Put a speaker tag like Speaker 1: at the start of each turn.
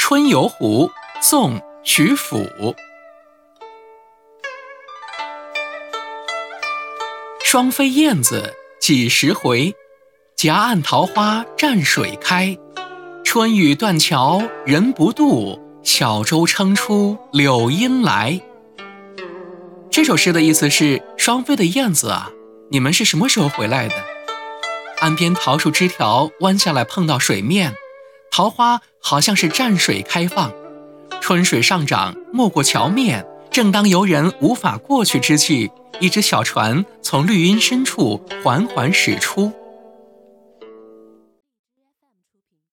Speaker 1: 春游湖，宋·徐甫。双飞燕子几时回？夹岸桃花蘸水开。春雨断桥人不渡，小舟撑出柳阴来。这首诗的意思是，双飞的燕子啊，你们是什么时候回来的？岸边桃树枝条弯下来碰到水面，桃花好像是蘸水开放，春水上涨没过桥面。正当游人无法过去之际，一只小船从绿荫深处缓缓驶出。